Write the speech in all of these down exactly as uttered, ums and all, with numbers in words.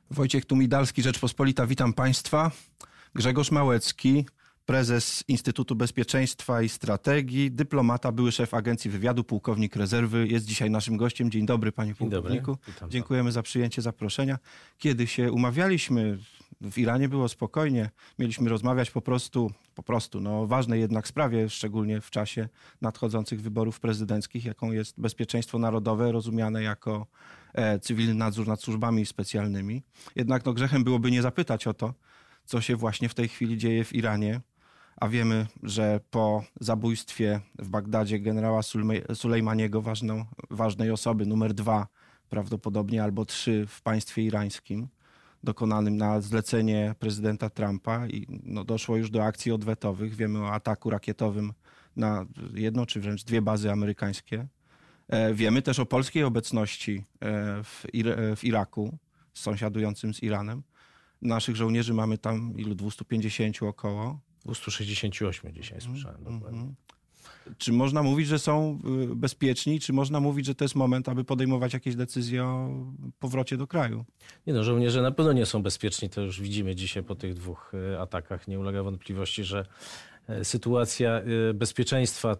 Wojciech Tumidalski, Rzeczpospolita, witam Państwa. Grzegorz Małecki, prezes Instytutu Bezpieczeństwa i Strategii, dyplomata, były szef Agencji Wywiadu, pułkownik rezerwy, jest dzisiaj naszym gościem. Dzień dobry, panie pułkowniku. Dziękujemy za przyjęcie zaproszenia. Kiedy się umawialiśmy, w Iranie było spokojnie, mieliśmy rozmawiać po prostu, po prostu, no o ważnej jednak sprawie, szczególnie w czasie nadchodzących wyborów prezydenckich, jaką jest bezpieczeństwo narodowe, rozumiane jako e, cywilny nadzór nad służbami specjalnymi. Jednak no, grzechem byłoby nie zapytać o to, co się właśnie w tej chwili dzieje w Iranie. A wiemy, że po zabójstwie w Bagdadzie generała Sulejmaniego, ważną, ważnej osoby, numer dwa prawdopodobnie albo trzy w państwie irańskim, dokonanym na zlecenie prezydenta Trumpa i no, doszło już do akcji odwetowych. Wiemy o ataku rakietowym na jedną czy wręcz dwie bazy amerykańskie. E, wiemy też o polskiej obecności e, w, Ir- w Iraku, sąsiadującym z Iranem. Naszych żołnierzy mamy tam ilu? dwieście pięćdziesiąt około. dwieście sześćdziesiąt osiem dzisiaj słyszałem mm, dokładnie. Mm. Czy można mówić, że są bezpieczni? Czy można mówić, że to jest moment, aby podejmować jakieś decyzje o powrocie do kraju? Nie no, żołnierze na pewno nie są bezpieczni. To już widzimy dzisiaj po tych dwóch atakach. Nie ulega wątpliwości, że sytuacja bezpieczeństwa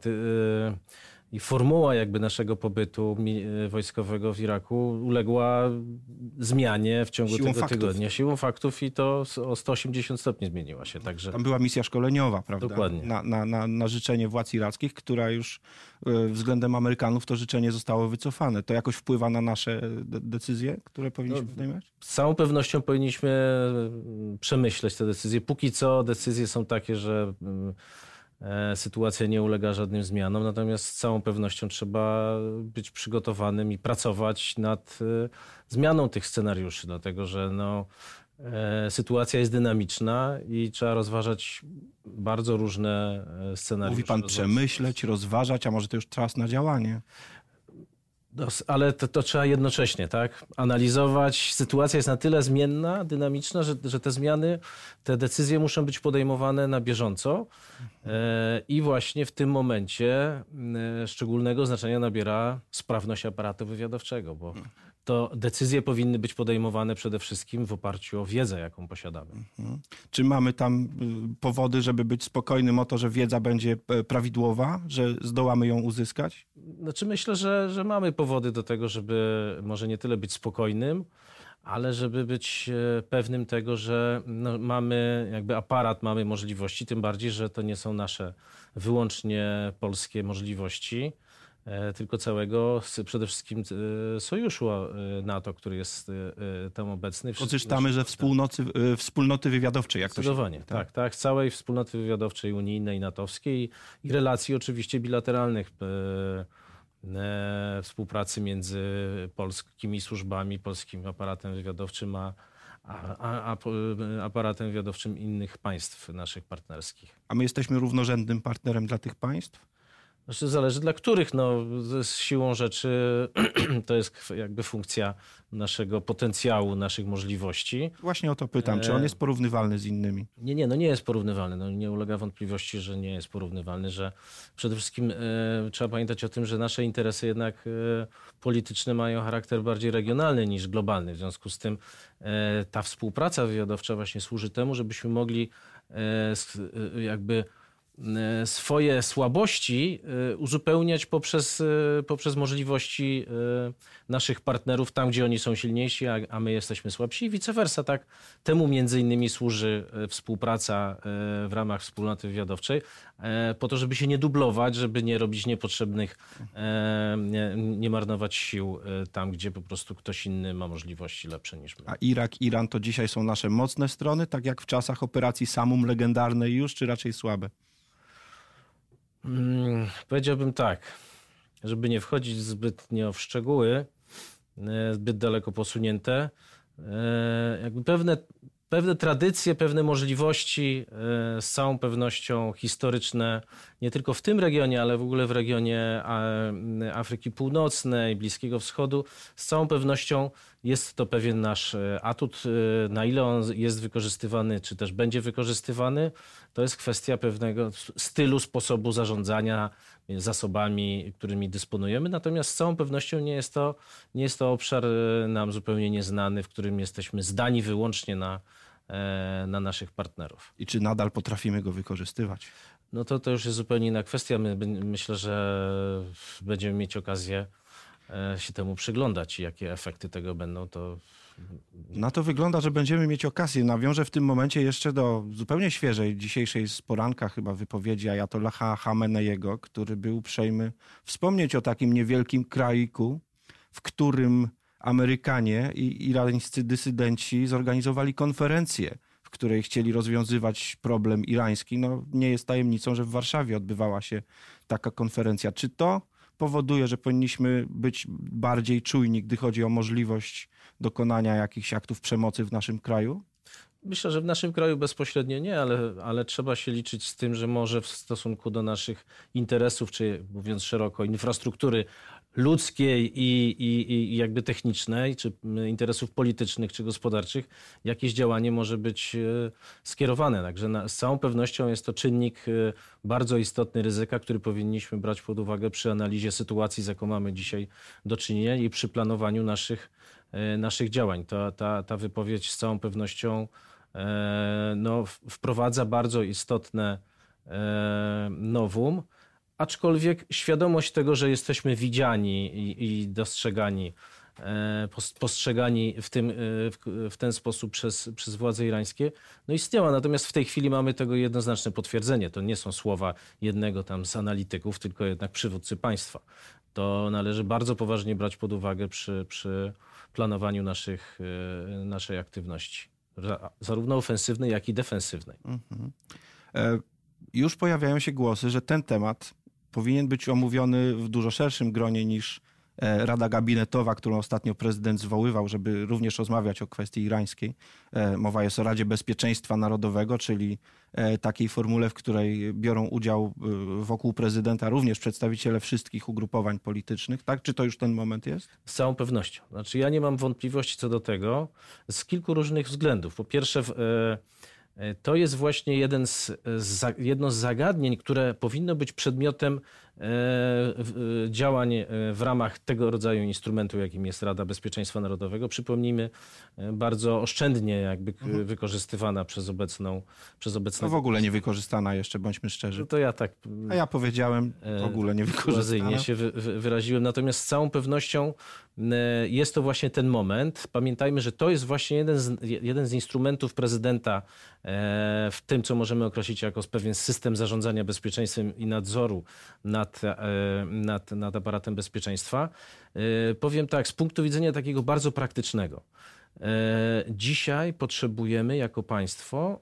i formuła jakby naszego pobytu wojskowego w Iraku uległa zmianie w ciągu Siłą tego faktów. tygodnia. Siłą faktów i to o sto osiemdziesiąt stopni zmieniła się. Także... Tam była misja szkoleniowa, prawda? Dokładnie. Na, na, na, na życzenie władz irackich, która już względem Amerykanów to życzenie zostało wycofane. To jakoś wpływa na nasze de- decyzje, które powinniśmy no, podejmować? Z całą pewnością powinniśmy przemyśleć te decyzje. Póki co decyzje są takie, że sytuacja nie ulega żadnym zmianom, natomiast z całą pewnością trzeba być przygotowanym i pracować nad zmianą tych scenariuszy, dlatego że no, sytuacja jest dynamiczna i trzeba rozważać bardzo różne scenariusze. Mówi pan przemyśleć, rozważać, a może to już czas na działanie? Ale to, to trzeba jednocześnie, tak? Analizować. Sytuacja jest na tyle zmienna, dynamiczna, że, że te zmiany, te decyzje muszą być podejmowane na bieżąco e, i właśnie w tym momencie e, szczególnego znaczenia nabiera sprawność aparatu wywiadowczego, bo to decyzje powinny być podejmowane przede wszystkim w oparciu o wiedzę, jaką posiadamy. Mhm. Czy mamy tam powody, żeby być spokojnym o to, że wiedza będzie prawidłowa, że zdołamy ją uzyskać? Znaczy myślę, że, że mamy powody do tego, żeby może nie tyle być spokojnym, ale żeby być pewnym tego, że no, mamy jakby aparat, mamy możliwości, tym bardziej, że to nie są nasze wyłącznie polskie możliwości, tylko całego przede wszystkim sojuszu NATO, który jest tam obecny. Korzystamy ze wspólnoty, wspólnoty wywiadowczej, jak to się... Zdecydowanie, tak, tak, tak. Całej wspólnoty wywiadowczej unijnej, natowskiej i relacji oczywiście bilateralnych, współpracy między polskimi służbami, polskim aparatem wywiadowczym, a, a, a aparatem wywiadowczym innych państw naszych partnerskich. A my jesteśmy równorzędnym partnerem dla tych państw? Znaczy zależy dla których, no z siłą rzeczy to jest jakby funkcja naszego potencjału, naszych możliwości. Właśnie o to pytam, czy on jest porównywalny z innymi? Nie, nie, no nie jest porównywalny, no nie ulega wątpliwości, że nie jest porównywalny, że przede wszystkim e, trzeba pamiętać o tym, że nasze interesy jednak e, polityczne mają charakter bardziej regionalny niż globalny, w związku z tym e, ta współpraca wywiadowcza właśnie służy temu, żebyśmy mogli e, jakby swoje słabości uzupełniać poprzez, poprzez możliwości naszych partnerów tam, gdzie oni są silniejsi, a, a my jesteśmy słabsi i vice versa. Tak? Temu między innymi służy współpraca w ramach wspólnoty wywiadowczej, po to, żeby się nie dublować, żeby nie robić niepotrzebnych, nie, nie marnować sił tam, gdzie po prostu ktoś inny ma możliwości lepsze niż my. A Irak, Iran to dzisiaj są nasze mocne strony, tak jak w czasach operacji Samum legendarnej już, czy raczej słabe? Hmm, powiedziałbym tak, żeby nie wchodzić zbytnio w szczegóły, zbyt daleko posunięte, jakby pewne, pewne tradycje, pewne możliwości z całą pewnością historyczne, nie tylko w tym regionie, ale w ogóle w regionie Afryki Północnej, Bliskiego Wschodu, z całą pewnością Jest to pewien nasz atut. Na ile on jest wykorzystywany, czy też będzie wykorzystywany, to jest kwestia pewnego stylu, sposobu zarządzania zasobami, którymi dysponujemy. Natomiast z całą pewnością nie jest to, nie jest to obszar nam zupełnie nieznany, w którym jesteśmy zdani wyłącznie na, na naszych partnerów. I czy nadal potrafimy go wykorzystywać? No to, to już jest zupełnie inna kwestia. My, myślę, że będziemy mieć okazję się temu przyglądać i jakie efekty tego będą, to... Na to wygląda, że będziemy mieć okazję. Nawiążę w tym momencie jeszcze do zupełnie świeżej, dzisiejszej z poranka chyba wypowiedzi ajatollaha Chameneiego, który był uprzejmy wspomnieć o takim niewielkim kraiku, w którym Amerykanie i irańscy dysydenci zorganizowali konferencję, w której chcieli rozwiązywać problem irański. No, nie jest tajemnicą, że w Warszawie odbywała się taka konferencja. Czy to powoduje, że powinniśmy być bardziej czujni, gdy chodzi o możliwość dokonania jakichś aktów przemocy w naszym kraju? Myślę, że w naszym kraju bezpośrednio nie, ale, ale trzeba się liczyć z tym, że może w stosunku do naszych interesów, czy mówiąc szeroko, infrastruktury ludzkiej i, i, i jakby technicznej, czy interesów politycznych, czy gospodarczych, jakieś działanie może być skierowane. Także na, z całą pewnością jest to czynnik bardzo istotny ryzyka, który powinniśmy brać pod uwagę przy analizie sytuacji, z jaką mamy dzisiaj do czynienia i przy planowaniu naszych, naszych działań. Ta, ta, ta wypowiedź z całą pewnością no, wprowadza bardzo istotne nowum, aczkolwiek świadomość tego, że jesteśmy widziani i, i dostrzegani, postrzegani w, tym, w ten sposób przez, przez władze irańskie, no istniała. Natomiast w tej chwili mamy tego jednoznaczne potwierdzenie. To nie są słowa jednego tam z analityków, tylko jednak przywódcy państwa. To należy bardzo poważnie brać pod uwagę przy, przy planowaniu naszych, naszej aktywności. Zarówno ofensywnej, jak i defensywnej. Mhm. E, już pojawiają się głosy, że ten temat powinien być omówiony w dużo szerszym gronie niż Rada Gabinetowa, którą ostatnio prezydent zwoływał, żeby również rozmawiać o kwestii irańskiej. Mowa jest o Radzie Bezpieczeństwa Narodowego, czyli takiej formule, w której biorą udział wokół prezydenta również przedstawiciele wszystkich ugrupowań politycznych. Tak? Czy to już ten moment jest? Z całą pewnością. Znaczy, ja nie mam wątpliwości co do tego z kilku różnych względów. Po pierwsze, w, to jest właśnie jeden z, z, jedno z zagadnień, które powinno być przedmiotem działań w ramach tego rodzaju instrumentu, jakim jest Rada Bezpieczeństwa Narodowego. Przypomnijmy, bardzo oszczędnie jakby mhm. wykorzystywana przez obecną... Przez obecną... No w ogóle nie wykorzystana jeszcze, bądźmy szczerzy. No to ja tak... A ja powiedziałem, w ogóle nie wykorzystana. się wy, wy, wyraziłem. Natomiast z całą pewnością jest to właśnie ten moment. Pamiętajmy, że to jest właśnie jeden z, jeden z instrumentów prezydenta w tym, co możemy określić jako pewien system zarządzania bezpieczeństwem i nadzoru nad, nad, nad aparatem bezpieczeństwa. Powiem tak, z punktu widzenia takiego bardzo praktycznego. Dzisiaj potrzebujemy jako państwo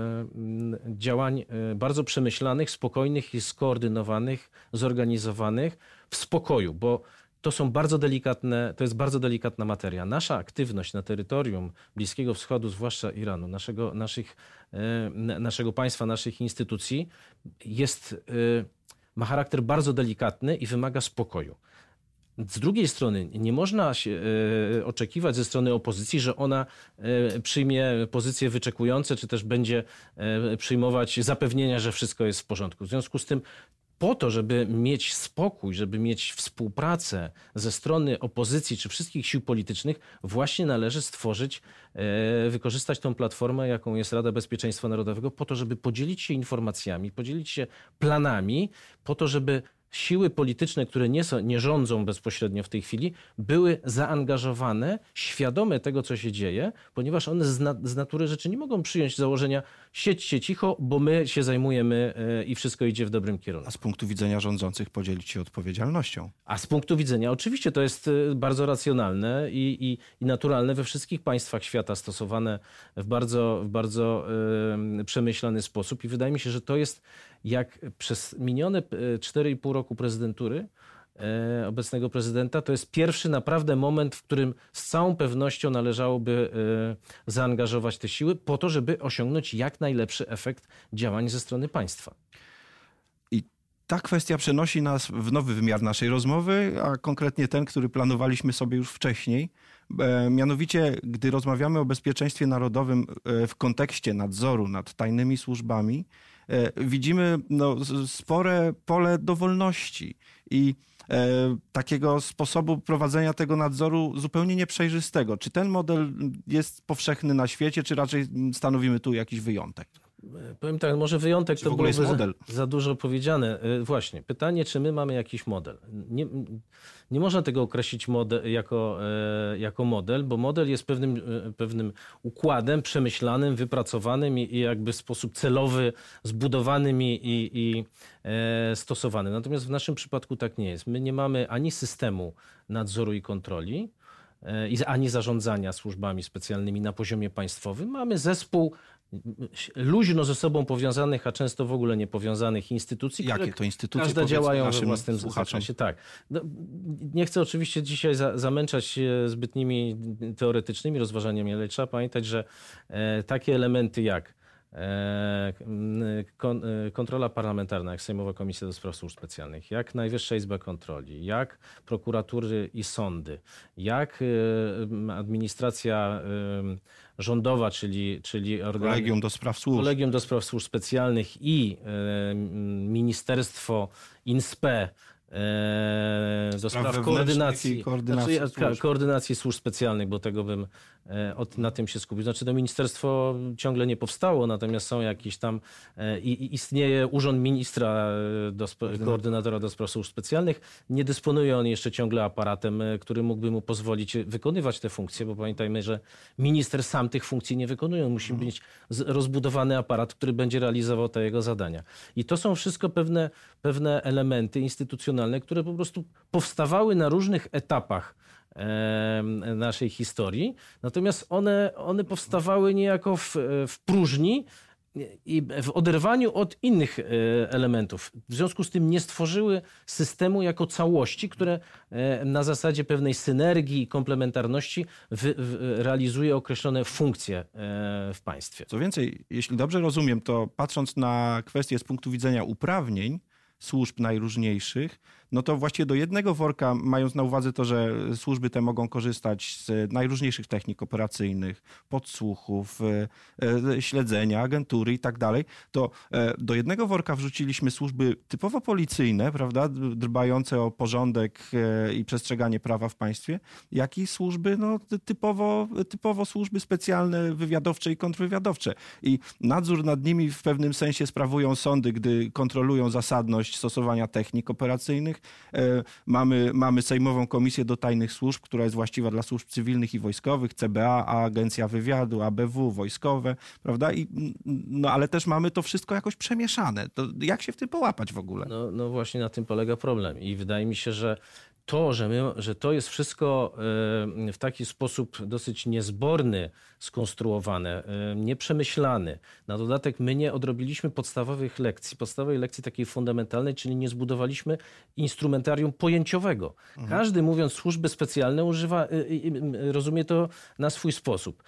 działań bardzo przemyślanych, spokojnych i skoordynowanych, zorganizowanych w spokoju, bo to są bardzo delikatne, to jest bardzo delikatna materia. Nasza aktywność na terytorium Bliskiego Wschodu, zwłaszcza Iranu, naszego, naszych, naszego państwa, naszych instytucji jest, ma charakter bardzo delikatny i wymaga spokoju. Z drugiej strony nie można się e, oczekiwać ze strony opozycji, że ona e, przyjmie pozycje wyczekujące, czy też będzie e, przyjmować zapewnienia, że wszystko jest w porządku. W związku z tym po to, żeby mieć spokój, żeby mieć współpracę ze strony opozycji czy wszystkich sił politycznych, właśnie należy stworzyć, e, wykorzystać tą platformę, jaką jest Rada Bezpieczeństwa Narodowego, po to, żeby podzielić się informacjami, podzielić się planami, po to, żeby siły polityczne, które nie, są, nie rządzą bezpośrednio w tej chwili, były zaangażowane, świadome tego, co się dzieje, ponieważ one z, na, z natury rzeczy nie mogą przyjąć założenia siedźcie cicho, bo my się zajmujemy yy, i wszystko idzie w dobrym kierunku. A z punktu widzenia rządzących podzielić się odpowiedzialnością. A z punktu widzenia, oczywiście to jest bardzo racjonalne i, i, i naturalne we wszystkich państwach świata, stosowane w bardzo, w bardzo yy, przemyślany sposób i wydaje mi się, że to jest jak przez minione cztery i pół roku prezydentury e, obecnego prezydenta, to jest pierwszy naprawdę moment, w którym z całą pewnością należałoby e, zaangażować te siły po to, żeby osiągnąć jak najlepszy efekt działań ze strony państwa. I ta kwestia przenosi nas w nowy wymiar naszej rozmowy, a konkretnie ten, który planowaliśmy sobie już wcześniej. Mianowicie, gdy rozmawiamy o bezpieczeństwie narodowym w kontekście nadzoru nad tajnymi służbami, widzimy no, spore pole dowolności i takiego sposobu prowadzenia tego nadzoru zupełnie nieprzejrzystego. Czy ten model jest powszechny na świecie, czy raczej stanowimy tu jakiś wyjątek? Powiem tak, może wyjątek czy to byłoby za, model? za dużo powiedziane. Właśnie, pytanie, czy my mamy jakiś model? Nie, nie można tego określić model, jako, jako model, bo model jest pewnym, pewnym układem przemyślanym, wypracowanym i, i jakby w sposób celowy zbudowanym i, i, i e, stosowanym. Natomiast w naszym przypadku tak nie jest. My nie mamy ani systemu nadzoru i kontroli, e, ani zarządzania służbami specjalnymi na poziomie państwowym. Mamy zespół luźno ze sobą powiązanych, a często w ogóle niepowiązanych instytucji. Jakie to instytucje? Każda działają we własnym zakresie. Tak. No, nie chcę oczywiście dzisiaj za, zamęczać się zbytnimi teoretycznymi rozważaniami, ale trzeba pamiętać, że e, takie elementy jak e, kon, e, kontrola parlamentarna, jak Sejmowa Komisja do Spraw Służb Specjalnych, jak Najwyższa Izba Kontroli, jak prokuratury i sądy, jak e, administracja e, rządowa, czyli, czyli organ... Kolegium do Spraw Służb. Kolegium do Spraw Służb Specjalnych i e, Ministerstwo INSPE e, do spraw, spraw koordynacji, koordynacji, znaczy, służb. koordynacji służb specjalnych, bo tego bym e, od, na tym się skupił. Znaczy to ministerstwo ciągle nie powstało, natomiast są jakieś tam e, i istnieje urząd ministra do, koordynatora do spraw służb specjalnych. Nie dysponuje on jeszcze ciągle aparatem, który mógłby mu pozwolić wykonywać te funkcje, bo pamiętajmy, że minister sam tych funkcji nie wykonuje. On musi mieć rozbudowany aparat, który będzie realizował te jego zadania. I to są wszystko pewne, pewne elementy instytucjonalne, które po prostu powstawały na różnych etapach e, naszej historii. Natomiast one, one powstawały niejako w, w próżni i w oderwaniu od innych elementów. W związku z tym nie stworzyły systemu jako całości, które na zasadzie pewnej synergii i komplementarności wy, w, realizuje określone funkcje w państwie. Co więcej, jeśli dobrze rozumiem, to patrząc na kwestię z punktu widzenia uprawnień służb najróżniejszych, no to właściwie do jednego worka, mając na uwadze to, że służby te mogą korzystać z najróżniejszych technik operacyjnych, podsłuchów, śledzenia, agentury i tak dalej, to do jednego worka wrzuciliśmy służby typowo policyjne, prawda, dbające o porządek i przestrzeganie prawa w państwie, jak i służby no, typowo, typowo służby specjalne, wywiadowcze i kontrwywiadowcze. I nadzór nad nimi w pewnym sensie sprawują sądy, gdy kontrolują zasadność stosowania technik operacyjnych. Mamy, mamy Sejmową Komisję do Tajnych Służb, która jest właściwa dla służb cywilnych i wojskowych, C B A, Agencja Wywiadu, A B W, wojskowe, prawda? I, no ale też mamy to wszystko jakoś przemieszane. To jak się w tym połapać w ogóle? No, no właśnie na tym polega problem i wydaje mi się, że to, że, my, że to jest wszystko w taki sposób dosyć niezborny skonstruowane, nieprzemyślany. Na dodatek my nie odrobiliśmy podstawowych lekcji, podstawowej lekcji takiej fundamentalnej, czyli nie zbudowaliśmy instrumentarium pojęciowego. Mhm. Każdy, mówiąc służby specjalne, używa, rozumie to na swój sposób.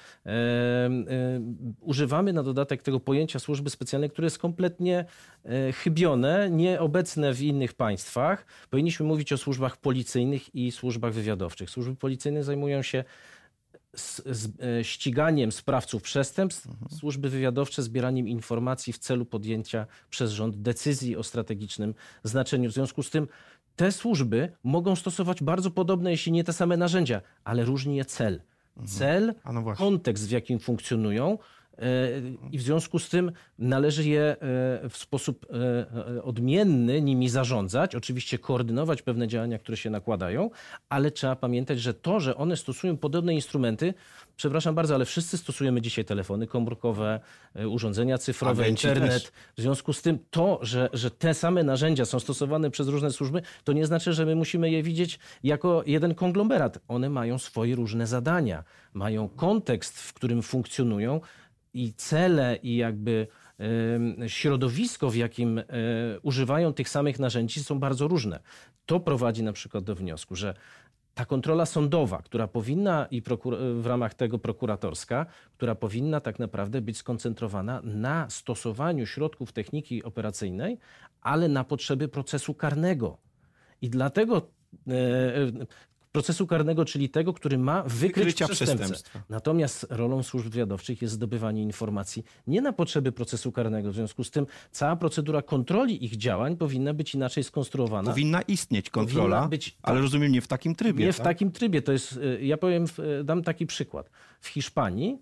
Używamy na dodatek tego pojęcia służby specjalnej, które jest kompletnie chybione, nieobecne w innych państwach. Powinniśmy mówić o służbach policyjnych i służbach wywiadowczych. Służby policyjne zajmują się z, z, ściganiem sprawców przestępstw, mhm. służby wywiadowcze zbieraniem informacji w celu podjęcia przez rząd decyzji o strategicznym znaczeniu. W związku z tym te służby mogą stosować bardzo podobne, jeśli nie te same narzędzia, ale różni je cel. Mhm. Cel, no kontekst, w jakim funkcjonują, i w związku z tym należy je w sposób odmienny nimi zarządzać, oczywiście koordynować pewne działania, które się nakładają, ale trzeba pamiętać, że to, że one stosują podobne instrumenty, przepraszam bardzo, ale wszyscy stosujemy dzisiaj telefony komórkowe, urządzenia cyfrowe, Agenci internet. Też. W związku z tym to, że, że te same narzędzia są stosowane przez różne służby, to nie znaczy, że my musimy je widzieć jako jeden konglomerat. One mają swoje różne zadania, mają kontekst, w którym funkcjonują, i cele, i jakby y, środowisko, w jakim y, używają tych samych narzędzi, są bardzo różne. To prowadzi na przykład do wniosku, że ta kontrola sądowa, która powinna i prokur- w ramach tego prokuratorska, która powinna tak naprawdę być skoncentrowana na stosowaniu środków techniki operacyjnej, ale na potrzeby procesu karnego. I dlatego e, procesu karnego, czyli tego, który ma wykryć Wykrycia przestępcę. przestępstwa. Natomiast rolą służb wywiadowczych jest zdobywanie informacji nie na potrzeby procesu karnego. W związku z tym cała procedura kontroli ich działań powinna być inaczej skonstruowana. Powinna istnieć kontrola, Powinna być, ale tak. rozumiem nie w takim trybie. Nie tak? w takim trybie. To jest, ja powiem, dam taki przykład. W Hiszpanii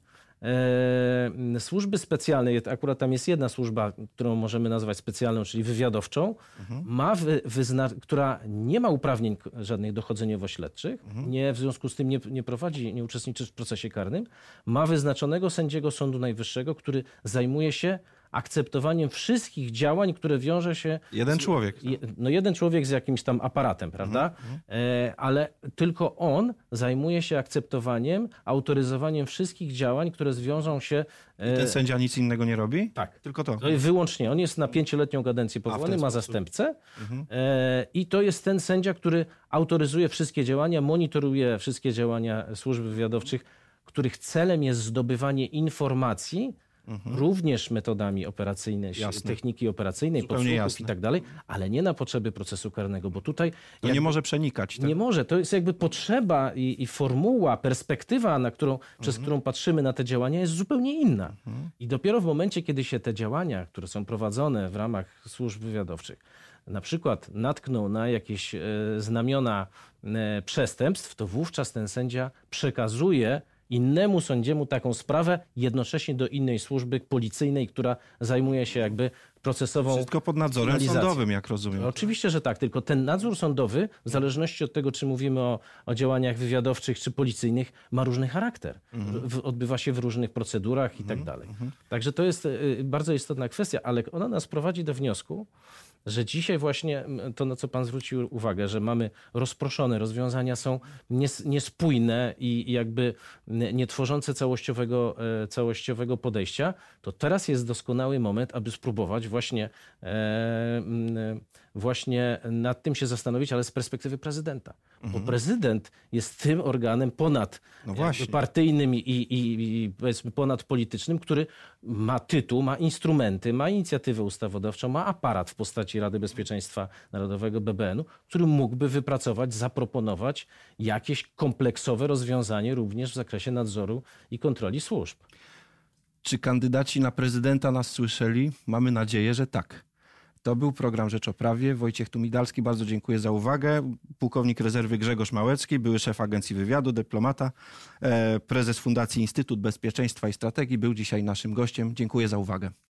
e, służby specjalne, akurat tam jest jedna służba, którą możemy nazwać specjalną, czyli wywiadowczą, mhm. ma wy, wyzna- która nie ma uprawnień żadnych dochodzeniowo-śledczych, mhm. nie, w związku z tym nie, nie prowadzi, nie uczestniczy w procesie karnym, ma wyznaczonego sędziego Sądu Najwyższego, który zajmuje się akceptowaniem wszystkich działań, które wiąże się... Jeden z, człowiek. Je, no jeden człowiek z jakimś tam aparatem, prawda? Mhm. E, ale tylko on zajmuje się akceptowaniem, autoryzowaniem wszystkich działań, które zwiążą się... E, I ten sędzia nic innego nie robi? Tak. Tylko to? To jest wyłącznie. On jest na pięcioletnią kadencję powołany, ma zastępcę mhm. e, i to jest ten sędzia, który autoryzuje wszystkie działania, monitoruje wszystkie działania służb wywiadowczych, których celem jest zdobywanie informacji, Mhm. również metodami operacyjnymi, techniki operacyjnej, podsłuchów i tak dalej, ale nie na potrzeby procesu karnego, bo tutaj... To nie może przenikać. Tak? Nie może. To jest jakby potrzeba i, i formuła, perspektywa, na którą, mhm. przez którą patrzymy na te działania, jest zupełnie inna. Mhm. I dopiero w momencie, kiedy się te działania, które są prowadzone w ramach służb wywiadowczych, na przykład natkną na jakieś e, znamiona e, przestępstw, to wówczas ten sędzia przekazuje innemu sędziemu taką sprawę, jednocześnie do innej służby policyjnej, która zajmuje się jakby procesową Wszystko pod nadzorem sądowym, jak rozumiem. Oczywiście, że tak, tylko ten nadzór sądowy, w zależności od tego, czy mówimy o, o działaniach wywiadowczych czy policyjnych, ma różny charakter. Mhm. W, odbywa się w różnych procedurach i mhm. tak dalej. Mhm. Także to jest y, bardzo istotna kwestia, ale ona nas prowadzi do wniosku, że dzisiaj właśnie to, na co pan zwrócił uwagę, że mamy rozproszone, rozwiązania są nies, niespójne i jakby nie tworzące całościowego, całościowego podejścia, to teraz jest doskonały moment, aby spróbować właśnie, e, właśnie nad tym się zastanowić, ale z perspektywy prezydenta. Mhm. Bo prezydent jest tym organem ponad no partyjnym i, i, i powiedzmy ponad politycznym, który ma tytuł, ma instrumenty, ma inicjatywę ustawodawczą, ma aparat w postaci Rady Bezpieczeństwa Narodowego, B B N-u, który mógłby wypracować, zaproponować jakieś kompleksowe rozwiązanie również w zakresie nadzoru i kontroli służb. Czy kandydaci na prezydenta nas słyszeli? Mamy nadzieję, że tak. To był program Rzecz o Prawie. Wojciech Tumidalski, bardzo dziękuję za uwagę. Pułkownik rezerwy Grzegorz Małecki, były szef Agencji Wywiadu, dyplomata, prezes Fundacji Instytut Bezpieczeństwa i Strategii, był dzisiaj naszym gościem. Dziękuję za uwagę.